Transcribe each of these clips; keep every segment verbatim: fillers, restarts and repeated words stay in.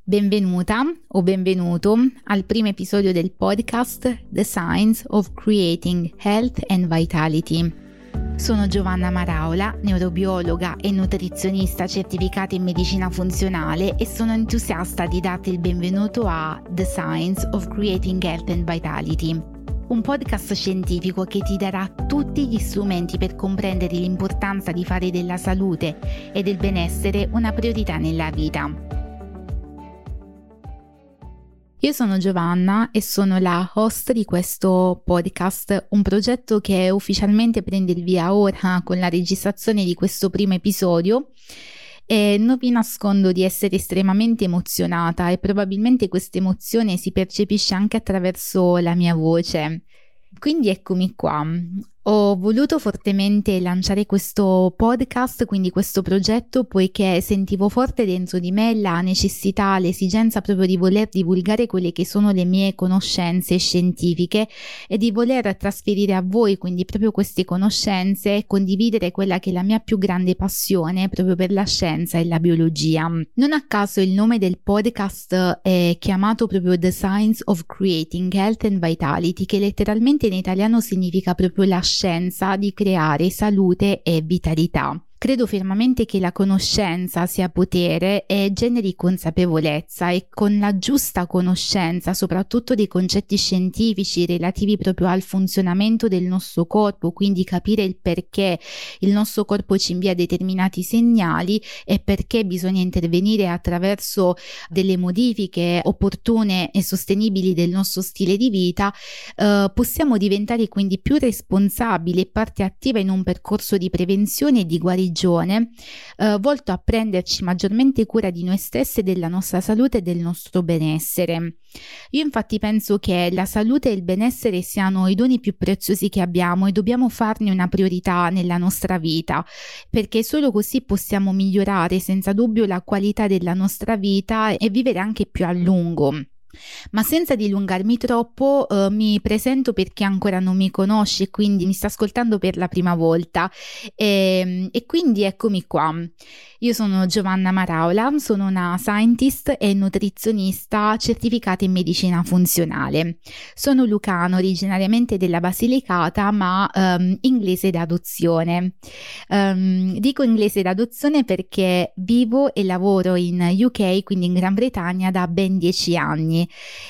Benvenuta o benvenuto al primo episodio del podcast The Science of Creating Health and Vitality. Sono Giovanna Maraola, neurobiologa e nutrizionista certificata in medicina funzionale e sono entusiasta di darti il benvenuto a The Science of Creating Health and Vitality, un podcast scientifico che ti darà tutti gli strumenti per comprendere l'importanza di fare della salute e del benessere una priorità nella vita. Io sono Giovanna e sono la host di questo podcast, un progetto che ufficialmente prende il via ora con la registrazione di questo primo episodio e non vi nascondo di essere estremamente emozionata e probabilmente questa emozione si percepisce anche attraverso la mia voce. Quindi eccomi qua. Ho voluto fortemente lanciare questo podcast, quindi questo progetto, poiché sentivo forte dentro di me la necessità, l'esigenza proprio di voler divulgare quelle che sono le mie conoscenze scientifiche e di voler trasferire a voi quindi proprio queste conoscenze e condividere quella che è la mia più grande passione proprio per la scienza e la biologia. Non a caso il nome del podcast è chiamato proprio The Science of Creating Health and Vitality, che letteralmente in italiano significa proprio la scienza di creare salute e vitalità. Credo fermamente che la conoscenza sia potere e generi consapevolezza, e con la giusta conoscenza soprattutto dei concetti scientifici relativi proprio al funzionamento del nostro corpo, quindi capire il perché il nostro corpo ci invia determinati segnali e perché bisogna intervenire attraverso delle modifiche opportune e sostenibili del nostro stile di vita, eh, possiamo diventare quindi più responsabili e parte attiva in un percorso di prevenzione e di guarigione Eh, volto a prenderci maggiormente cura di noi stessi e della nostra salute e del nostro benessere. Io infatti penso che la salute e il benessere siano i doni più preziosi che abbiamo e dobbiamo farne una priorità nella nostra vita, perché solo così possiamo migliorare senza dubbio la qualità della nostra vita e vivere anche più a lungo. Ma senza dilungarmi troppo, eh, mi presento per chi ancora non mi conosce e quindi mi sta ascoltando per la prima volta e, e quindi eccomi qua. Io sono Giovanna Maraola, sono una scientist e nutrizionista certificata in medicina funzionale. Sono lucana, originariamente della Basilicata, ma um, inglese d'adozione. Um, dico inglese d'adozione perché vivo e lavoro in U K, quindi in Gran Bretagna, da ben dieci anni.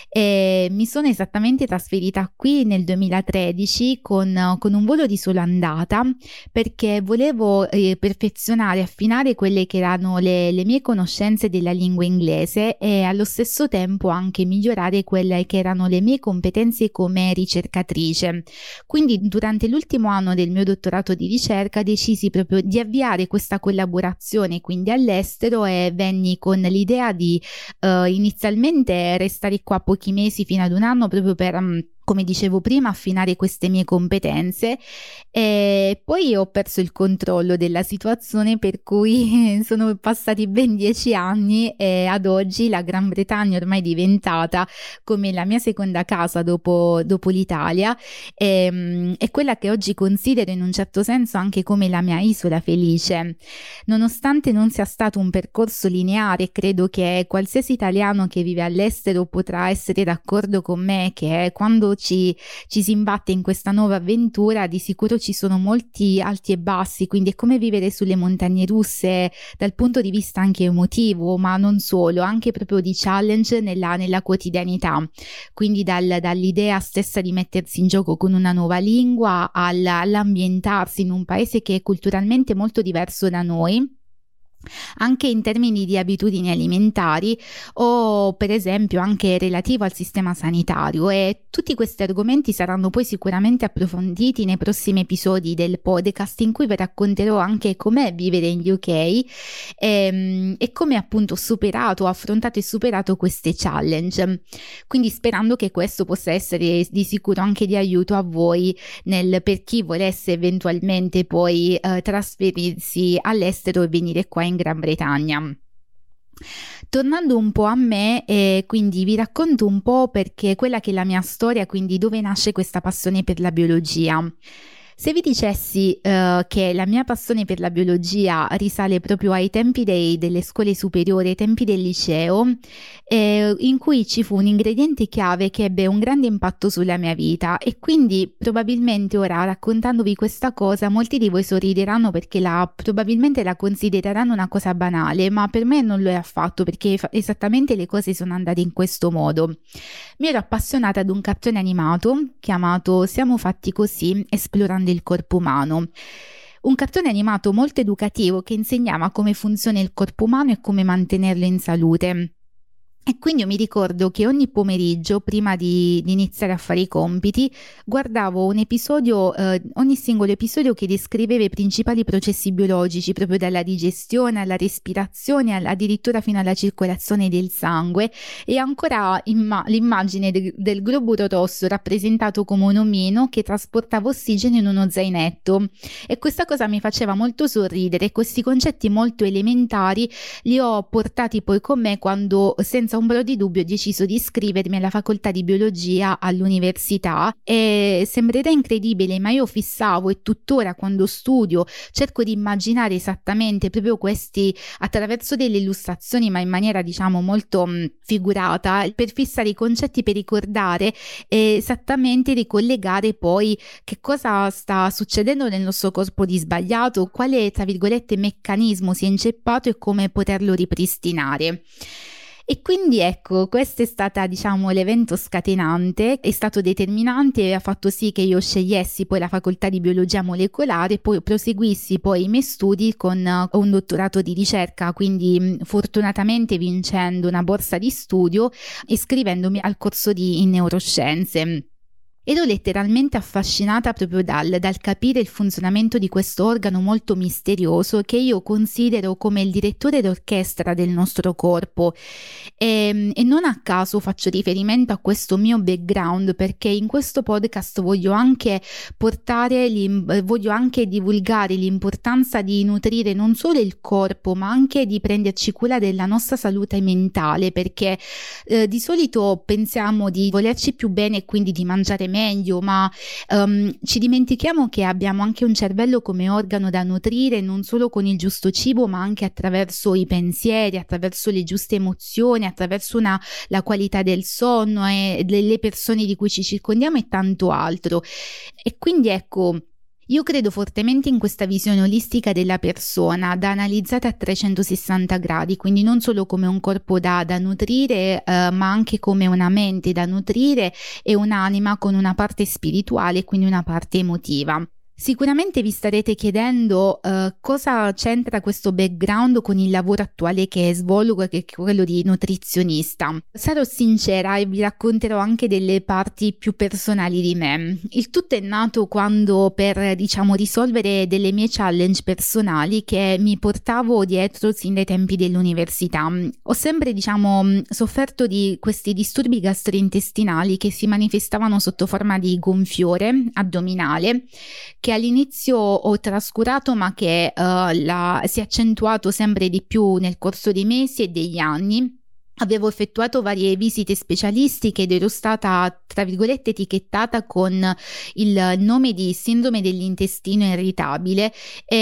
E mi sono esattamente trasferita qui nel duemilatredici con, con un volo di sola andata, perché volevo eh, perfezionare, affinare quelle che erano le, le mie conoscenze della lingua inglese e allo stesso tempo anche migliorare quelle che erano le mie competenze come ricercatrice. Quindi durante l'ultimo anno del mio dottorato di ricerca decisi proprio di avviare questa collaborazione quindi all'estero e venni con l'idea di uh, inizialmente restare qua pochi mesi fino ad un anno proprio per um, come dicevo prima, affinare queste mie competenze, e poi ho perso il controllo della situazione, per cui sono passati ben dieci anni e ad oggi la Gran Bretagna ormai è diventata come la mia seconda casa dopo, dopo l'Italia e, è quella che oggi considero in un certo senso anche come la mia isola felice. Nonostante non sia stato un percorso lineare, credo che qualsiasi italiano che vive all'estero potrà essere d'accordo con me che quando Ci, ci si imbatte in questa nuova avventura di sicuro ci sono molti alti e bassi, quindi è come vivere sulle montagne russe dal punto di vista anche emotivo, ma non solo, anche proprio di challenge nella, nella quotidianità, quindi dal, dall'idea stessa di mettersi in gioco con una nuova lingua all, all'ambientarsi in un paese che è culturalmente molto diverso da noi, anche in termini di abitudini alimentari o per esempio anche relativo al sistema sanitario, e tutti questi argomenti saranno poi sicuramente approfonditi nei prossimi episodi del podcast, in cui vi racconterò anche com'è vivere in U K e, e come appunto ho superato, ho affrontato e superato queste challenge, quindi sperando che questo possa essere di sicuro anche di aiuto a voi nel, per chi volesse eventualmente poi eh, trasferirsi all'estero e venire qua in Gran Bretagna. Tornando un po' a me, eh, quindi vi racconto un po' perché quella che è la mia storia, quindi dove nasce questa passione per la biologia. Se vi dicessi uh, che la mia passione per la biologia risale proprio ai tempi dei, delle scuole superiori, ai tempi del liceo, eh, in cui ci fu un ingrediente chiave che ebbe un grande impatto sulla mia vita, e quindi probabilmente ora, raccontandovi questa cosa, molti di voi sorrideranno perché la, probabilmente la considereranno una cosa banale, ma per me non lo è affatto, perché fa- esattamente le cose sono andate in questo modo. Mi ero appassionata ad un cartone animato chiamato Siamo fatti così, esplorando il corpo umano. Un cartone animato molto educativo che insegnava come funziona il corpo umano e come mantenerlo in salute. E quindi io mi ricordo che ogni pomeriggio, prima di, di iniziare a fare i compiti, guardavo un episodio, eh, ogni singolo episodio che descriveva i principali processi biologici, proprio dalla digestione alla respirazione, all- addirittura fino alla circolazione del sangue, e ancora imma- l'immagine de- del globule rosso rappresentato come un omino che trasportava ossigeno in uno zainetto. E questa cosa mi faceva molto sorridere, e questi concetti molto elementari li ho portati poi con me quando, senza ombra di dubbio, ho deciso di iscrivermi alla facoltà di biologia all'università. E sembrerà incredibile, ma io fissavo, e tuttora quando studio cerco di immaginare esattamente proprio questi, attraverso delle illustrazioni, ma in maniera diciamo molto mh, figurata, per fissare i concetti, per ricordare e esattamente ricollegare poi che cosa sta succedendo nel nostro corpo di sbagliato, quale tra virgolette meccanismo si è inceppato e come poterlo ripristinare. E quindi ecco, questo è stata diciamo l'evento scatenante, è stato determinante e ha fatto sì che io scegliessi poi la facoltà di biologia molecolare, poi proseguissi poi i miei studi con un dottorato di ricerca, quindi fortunatamente vincendo una borsa di studio, iscrivendomi al corso di in neuroscienze. Ero letteralmente affascinata proprio dal, dal capire il funzionamento di questo organo molto misterioso che io considero come il direttore d'orchestra del nostro corpo. E, e non a caso faccio riferimento a questo mio background, perché in questo podcast voglio anche portare, voglio anche divulgare l'importanza di nutrire non solo il corpo, ma anche di prenderci cura della nostra salute mentale, perché eh, di solito pensiamo di volerci più bene e quindi di mangiare meglio, ma um, ci dimentichiamo che abbiamo anche un cervello come organo da nutrire non solo con il giusto cibo, ma anche attraverso i pensieri, attraverso le giuste emozioni, attraverso una, la qualità del sonno e delle persone di cui ci circondiamo e tanto altro. E quindi ecco, io credo fortemente in questa visione olistica della persona, da analizzata a trecentosessanta gradi, quindi non solo come un corpo da, da nutrire, eh, ma anche come una mente da nutrire e un'anima con una parte spirituale, quindi una parte emotiva. Sicuramente vi starete chiedendo uh, cosa c'entra questo background con il lavoro attuale che svolgo, che è quello di nutrizionista. Sarò sincera e vi racconterò anche delle parti più personali di me. Il tutto è nato quando, per diciamo risolvere delle mie challenge personali che mi portavo dietro sin dai tempi dell'università, ho sempre diciamo sofferto di questi disturbi gastrointestinali che si manifestavano sotto forma di gonfiore addominale, che all'inizio ho trascurato, ma che uh, la, si è accentuato sempre di più nel corso dei mesi e degli anni. Avevo effettuato varie visite specialistiche ed ero stata, tra virgolette, etichettata con il nome di sindrome dell'intestino irritabile,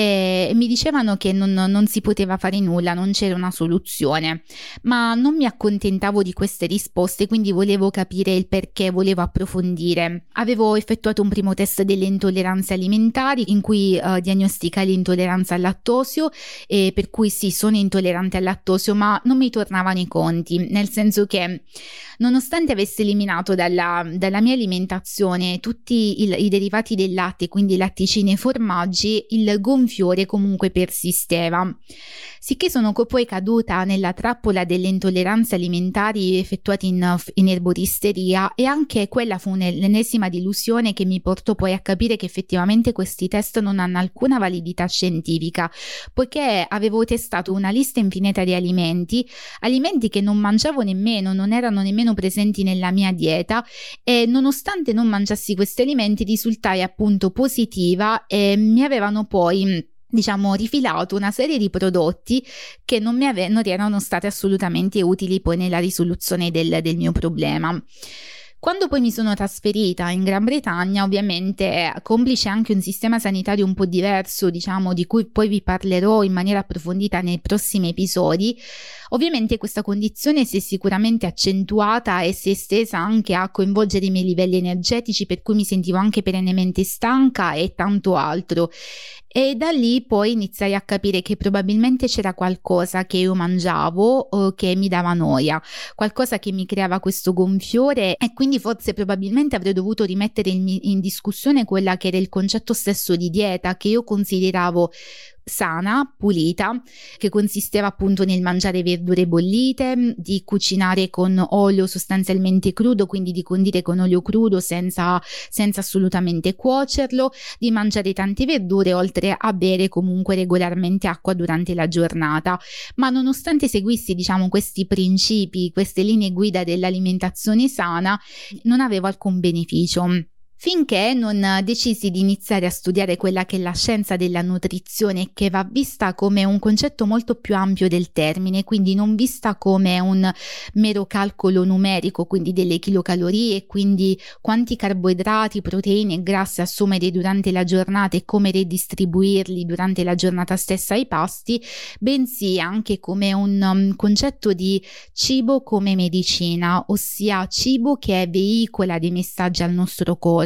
e mi dicevano che non, non si poteva fare nulla, non c'era una soluzione. Ma non mi accontentavo di queste risposte, quindi volevo capire il perché, volevo approfondire. Avevo effettuato un primo test delle intolleranze alimentari in cui uh, diagnosticai l'intolleranza al lattosio, e per cui sì, sono intollerante al lattosio, ma non mi tornavano i conti. Nel senso che, nonostante avessi eliminato dalla, dalla mia alimentazione tutti il, i derivati del latte, quindi latticini e formaggi, il gonfiore comunque persisteva. Sicché sono poi caduta nella trappola delle intolleranze alimentari effettuate in, in erboristeria, e anche quella fu l'ennesima delusione che mi portò poi a capire che effettivamente questi test non hanno alcuna validità scientifica, poiché avevo testato una lista infinita di alimenti, alimenti che non mangiavo nemmeno, non erano nemmeno presenti nella mia dieta, e nonostante non mangiassi questi alimenti risultai appunto positiva, e mi avevano poi diciamo rifilato una serie di prodotti che non mi ave- non erano stati assolutamente utili poi nella risoluzione del, del mio problema. Quando poi mi sono trasferita in Gran Bretagna, ovviamente complice anche un sistema sanitario un po' diverso, diciamo, di cui poi vi parlerò in maniera approfondita nei prossimi episodi, ovviamente questa condizione si è sicuramente accentuata e si è estesa anche a coinvolgere i miei livelli energetici, per cui mi sentivo anche perennemente stanca e tanto altro. E da lì poi iniziai a capire che probabilmente c'era qualcosa che io mangiavo o che mi dava noia, qualcosa che mi creava questo gonfiore, e quindi forse probabilmente avrei dovuto rimettere in, in discussione quella che era il concetto stesso di dieta, che io consideravo sana, pulita, che consisteva appunto nel mangiare verdure bollite, di cucinare con olio sostanzialmente crudo, quindi di condire con olio crudo senza, senza assolutamente cuocerlo, di mangiare tante verdure, oltre a bere comunque regolarmente acqua durante la giornata. Ma nonostante seguissi, diciamo, questi principi, queste linee guida dell'alimentazione sana, non avevo alcun beneficio. Finché non decisi di iniziare a studiare quella che è la scienza della nutrizione, che va vista come un concetto molto più ampio del termine, quindi non vista come un mero calcolo numerico, quindi delle chilocalorie, quindi quanti carboidrati, proteine e grassi assumere durante la giornata e come redistribuirli durante la giornata stessa ai pasti, bensì anche come un um, concetto di cibo come medicina, ossia cibo che veicola dei messaggi al nostro corpo,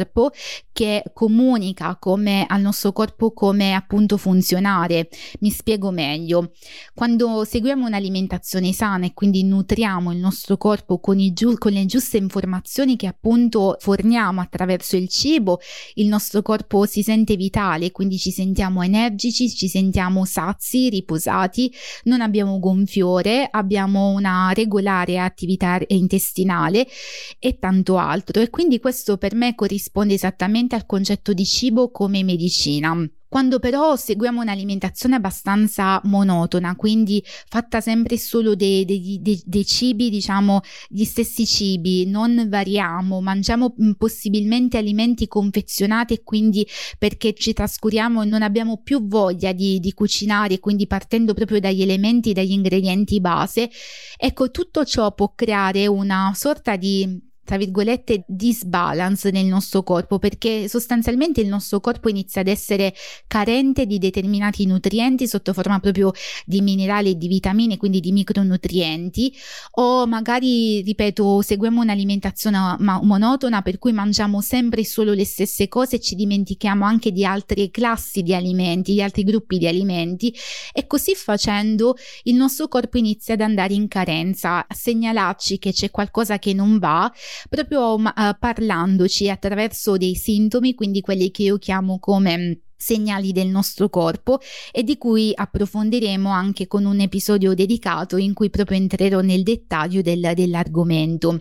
che comunica come al nostro corpo come appunto funzionare. Mi spiego meglio. Quando seguiamo un'alimentazione sana e quindi nutriamo il nostro corpo con, i giu- con le giuste informazioni che appunto forniamo attraverso il cibo, il nostro corpo si sente vitale, quindi ci sentiamo energici, ci sentiamo sazi, riposati, non abbiamo gonfiore, abbiamo una regolare attività intestinale e tanto altro. E quindi questo per me corrisponde esattamente al concetto di cibo come medicina. Quando però seguiamo un'alimentazione abbastanza monotona, quindi fatta sempre solo dei, dei, dei, dei cibi, diciamo gli stessi cibi, non variamo, mangiamo possibilmente alimenti confezionati e quindi perché ci trascuriamo e non abbiamo più voglia di, di cucinare, quindi partendo proprio dagli elementi, dagli ingredienti base, ecco, tutto ciò può creare una sorta di, tra virgolette, disbalance nel nostro corpo, perché sostanzialmente il nostro corpo inizia ad essere carente di determinati nutrienti sotto forma proprio di minerali e di vitamine, quindi di micronutrienti, o magari, ripeto, seguiamo un'alimentazione ma- monotona per cui mangiamo sempre solo le stesse cose e ci dimentichiamo anche di altre classi di alimenti, di altri gruppi di alimenti, e così facendo il nostro corpo inizia ad andare in carenza, a segnalarci che c'è qualcosa che non va, proprio uh, parlandoci attraverso dei sintomi, quindi quelli che io chiamo come segnali del nostro corpo, e di cui approfondiremo anche con un episodio dedicato in cui proprio entrerò nel dettaglio del, dell'argomento.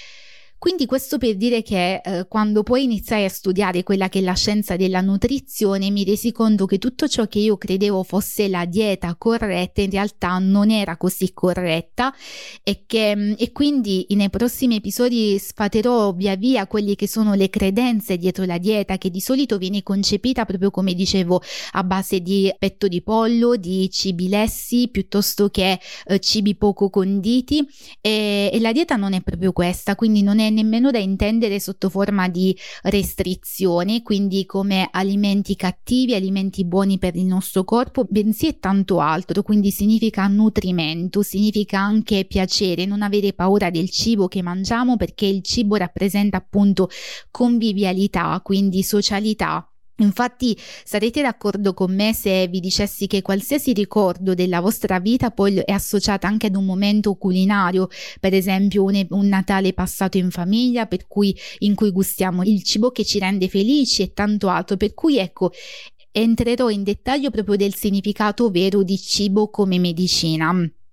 Quindi questo per dire che eh, quando poi iniziai a studiare quella che è la scienza della nutrizione, mi resi conto che tutto ciò che io credevo fosse la dieta corretta in realtà non era così corretta, e che e quindi nei prossimi episodi sfaterò via via quelle che sono le credenze dietro la dieta, che di solito viene concepita proprio, come dicevo, a base di petto di pollo, di cibi lessi piuttosto che eh, cibi poco conditi, e, e la dieta non è proprio questa, quindi non è nemmeno da intendere sotto forma di restrizioni, quindi come alimenti cattivi, alimenti buoni per il nostro corpo, bensì è tanto altro, quindi significa nutrimento, significa anche piacere, non avere paura del cibo che mangiamo, perché il cibo rappresenta appunto convivialità, quindi socialità. Infatti sarete d'accordo con me se vi dicessi che qualsiasi ricordo della vostra vita poi è associata anche ad un momento culinario, per esempio un, un Natale passato in famiglia, per cui in cui gustiamo il cibo che ci rende felici e tanto altro, per cui ecco, entrerò in dettaglio proprio del significato vero di cibo come medicina.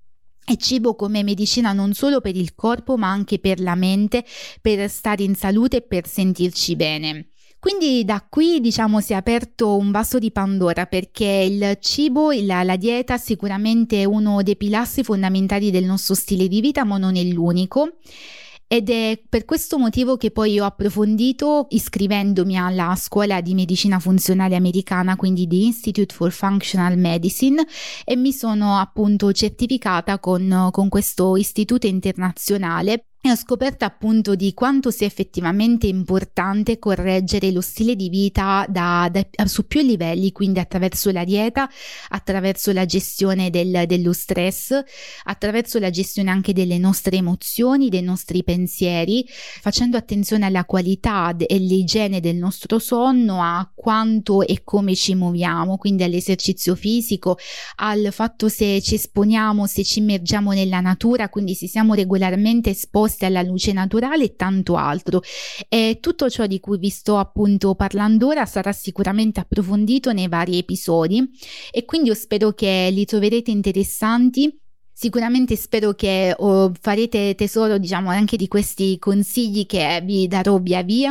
E cibo come medicina non solo per il corpo ma anche per la mente, per stare in salute e per sentirci bene. Quindi da qui, diciamo, si è aperto un vaso di Pandora, perché il cibo, la, la dieta sicuramente è uno dei pilastri fondamentali del nostro stile di vita, ma non è l'unico. Ed è per questo motivo che poi ho approfondito iscrivendomi alla scuola di medicina funzionale americana, quindi di Institute for Functional Medicine, e mi sono appunto certificata con, con questo istituto internazionale, e ho scoperto appunto di quanto sia effettivamente importante correggere lo stile di vita da, da, su più livelli, quindi attraverso la dieta, attraverso la gestione del, dello stress, attraverso la gestione anche delle nostre emozioni, dei nostri pensieri, facendo attenzione alla qualità e all'igiene del nostro sonno, a quanto e come ci muoviamo, quindi all'esercizio fisico, al fatto se ci esponiamo, se ci immergiamo nella natura, quindi se siamo regolarmente esposti alla luce naturale e tanto altro. E tutto ciò di cui vi sto appunto parlando ora sarà sicuramente approfondito nei vari episodi e quindi io spero che li troverete interessanti. Sicuramente spero che oh, farete tesoro, diciamo, anche di questi consigli che vi darò via via.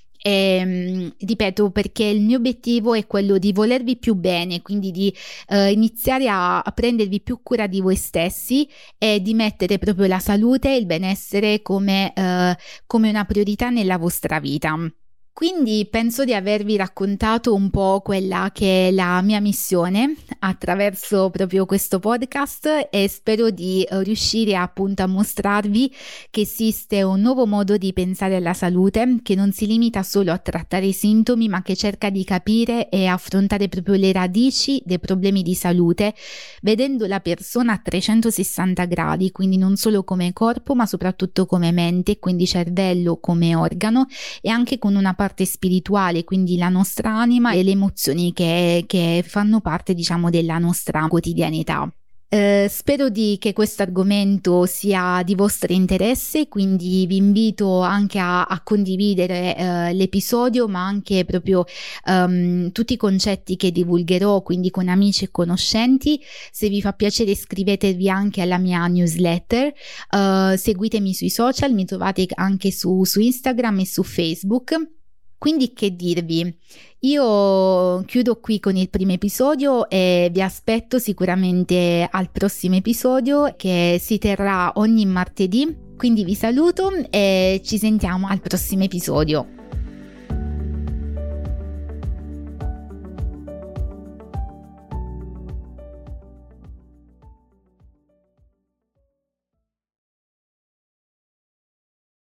E, ripeto, perché il mio obiettivo è quello di volervi più bene, quindi di eh, iniziare a, a prendervi più cura di voi stessi e di mettere proprio la salute e il benessere come, eh, come una priorità nella vostra vita. Quindi penso di avervi raccontato un po' quella che è la mia missione attraverso proprio questo podcast e spero di riuscire appunto a mostrarvi che esiste un nuovo modo di pensare alla salute che non si limita solo a trattare i sintomi ma che cerca di capire e affrontare proprio le radici dei problemi di salute vedendo la persona a trecentosessanta gradi, quindi non solo come corpo ma soprattutto come mente, quindi cervello come organo e anche con una parte spirituale, quindi la nostra anima e le emozioni che, che fanno parte, diciamo, della nostra quotidianità. Eh, spero di, che questo argomento sia di vostro interesse, quindi vi invito anche a, a condividere eh, l'episodio, ma anche proprio um, tutti i concetti che divulgherò, quindi con amici e conoscenti. Se vi fa piacere iscrivetevi anche alla mia newsletter, uh, seguitemi sui social, mi trovate anche su, su Instagram e su Facebook. Quindi che dirvi? Io chiudo qui con il primo episodio e vi aspetto sicuramente al prossimo episodio che si terrà ogni martedì. Quindi vi saluto e ci sentiamo al prossimo episodio.